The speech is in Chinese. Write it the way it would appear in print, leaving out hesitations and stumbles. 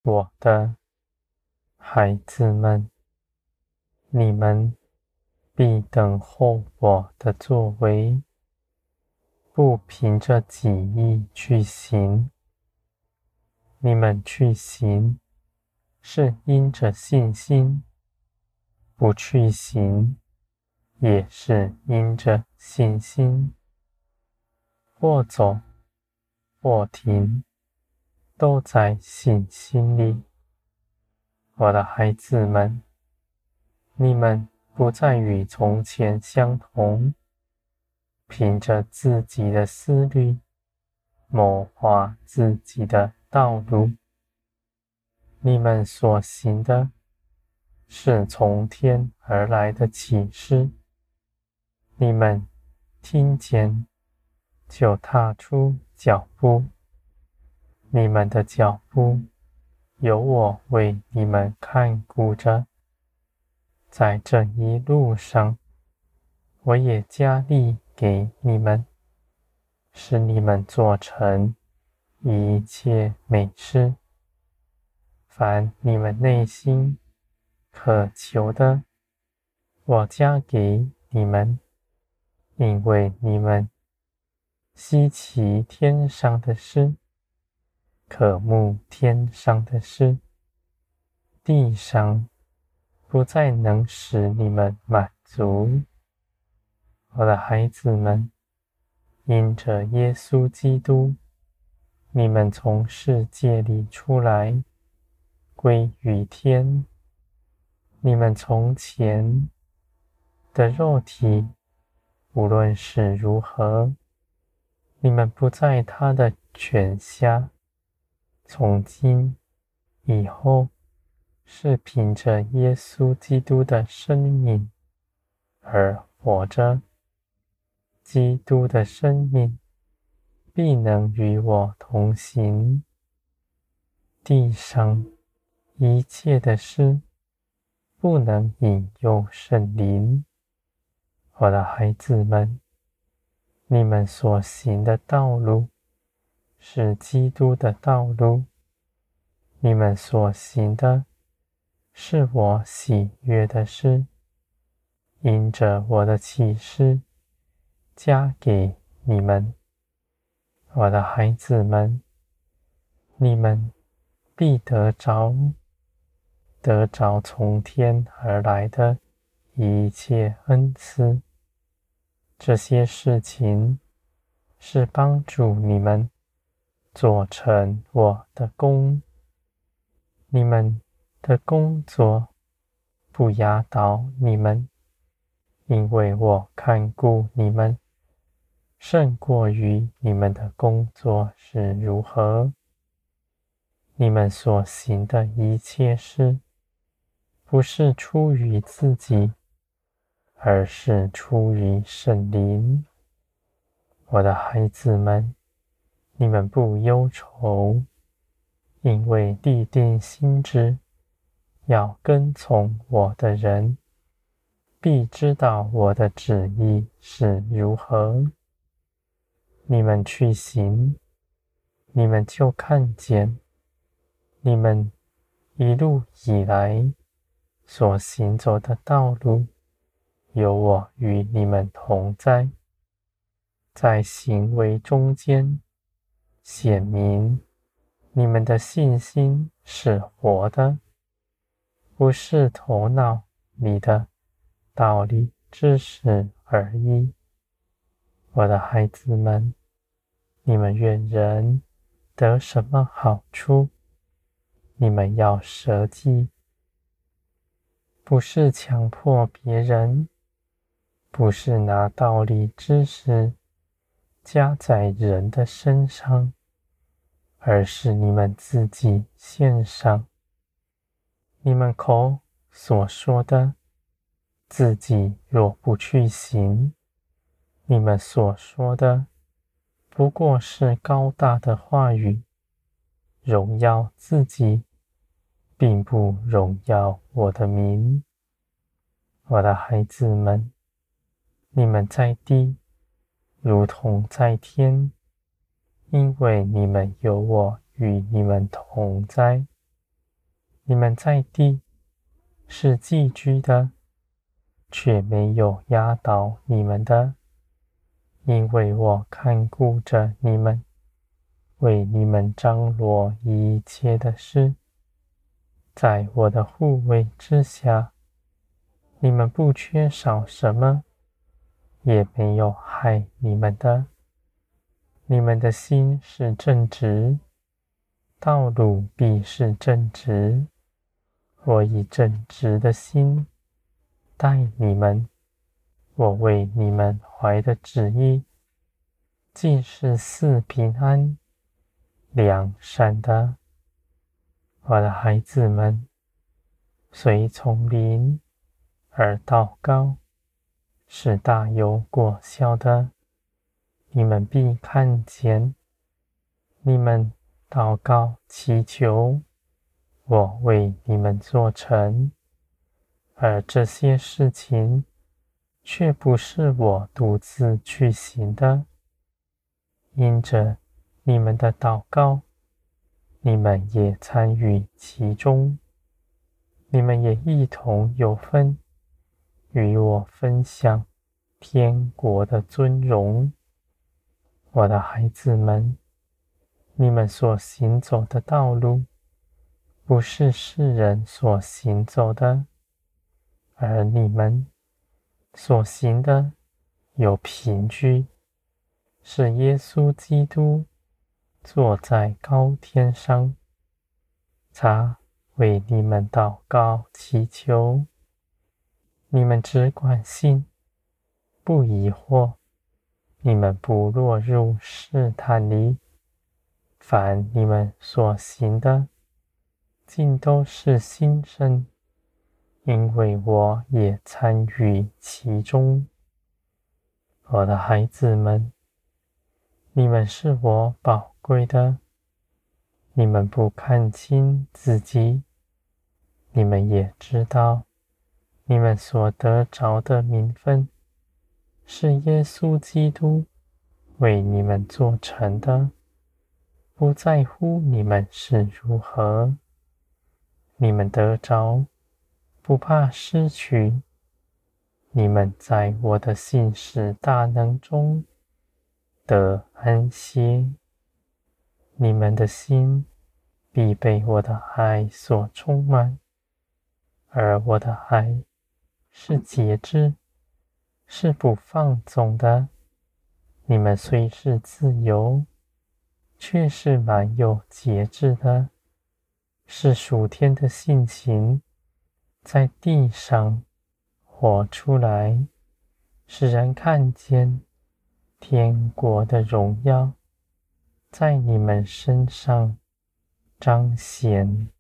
我的孩子们，你们必等候我的作为，不凭着己意去行。你们去行，是因着信心；不去行，也是因着信心。或走，或停，都在信心里。我的孩子们，你们不再与从前相同，凭着自己的思虑，谋划自己的道路。你们所行的，是从天而来的启示。你们听见，就踏出脚步。你们的脚步，有我为你们看顾着。在这一路上，我也加力给你们，使你们做成一切美事。凡你们内心渴求的，我加给你们，因为你们希奇天上的事，渴慕天上的事，地上不再能使你们满足。我的孩子们，因着耶稣基督，你们从世界里出来，归于天。你们从前的肉体，无论是如何，你们不在他的权下。从今以后，是凭着耶稣基督的生命而活着。基督的生命必能与我同行。地上一切的事不能引诱圣灵。我的孩子们，你们所行的道路是基督的道路。你们所行的是我喜悦的事，因着我的启示加给你们。我的孩子们，你们必得着从天而来的一切恩赐。这些事情是帮助你们做成我的工。你们的工作不压倒你们，因为我看顾你们，胜过于你们的工作是如何。你们所行的一切事，不是出于自己，而是出于圣灵。我的孩子们，你们不忧愁，因为立定心志要跟从我的人，必知道我的旨意是如何。你们去行，你们就看见，你们一路以来所行走的道路，有我与你们同在，在行为中间显明你们的信心是活的，不是头脑里的道理知识而已。我的孩子们，你们愿人得什么好处，你们要舍己，不是强迫别人，不是拿道理知识加在人的身上，而是你们自己献上。你们口所说的，自己若不去行，你们所说的不过是高大的话语，荣耀自己，并不荣耀我的名。我的孩子们，你们在地，如同在天，因为你们有我与你们同在。 你们在地是寄居的，却没有压倒你们的，因为我看顾着你们，为你们张罗一切的事，在我的护卫之下，你们不缺少什么，也没有害你们的。你们的心是正直，道路必是正直。我以正直的心待你们，我为你们怀的旨意，既是四平安、良善的。我的孩子们，随从灵而祷告，是大有果效的。你们必看见，你们祷告祈求，我为你们做成。而这些事情却不是我独自去行的，因着你们的祷告，你们也参与其中，你们也一同有分，与我分享天国的尊荣。我的孩子们，你们所行走的道路，不是世人所行走的，而你们所行的有凭据，是耶稣基督坐在高天上，他为你们祷告祈求，你们只管信，不疑惑，你们不落入试探里。凡你们所行的，尽都是新生，因为我也参与其中。我的孩子们，你们是我宝贵的，你们不看轻自己，你们也知道，你们所得着的名分，是耶稣基督为你们做成的，不在乎你们是如何，你们得着，不怕失去。你们在我的信实大能中得安歇，你们的心必被我的爱所充满，而我的爱是节制，是不放纵的。你们虽是自由，却是蛮有节制的，是属天的性情在地上活出来，使人看见天国的荣耀在你们身上彰显。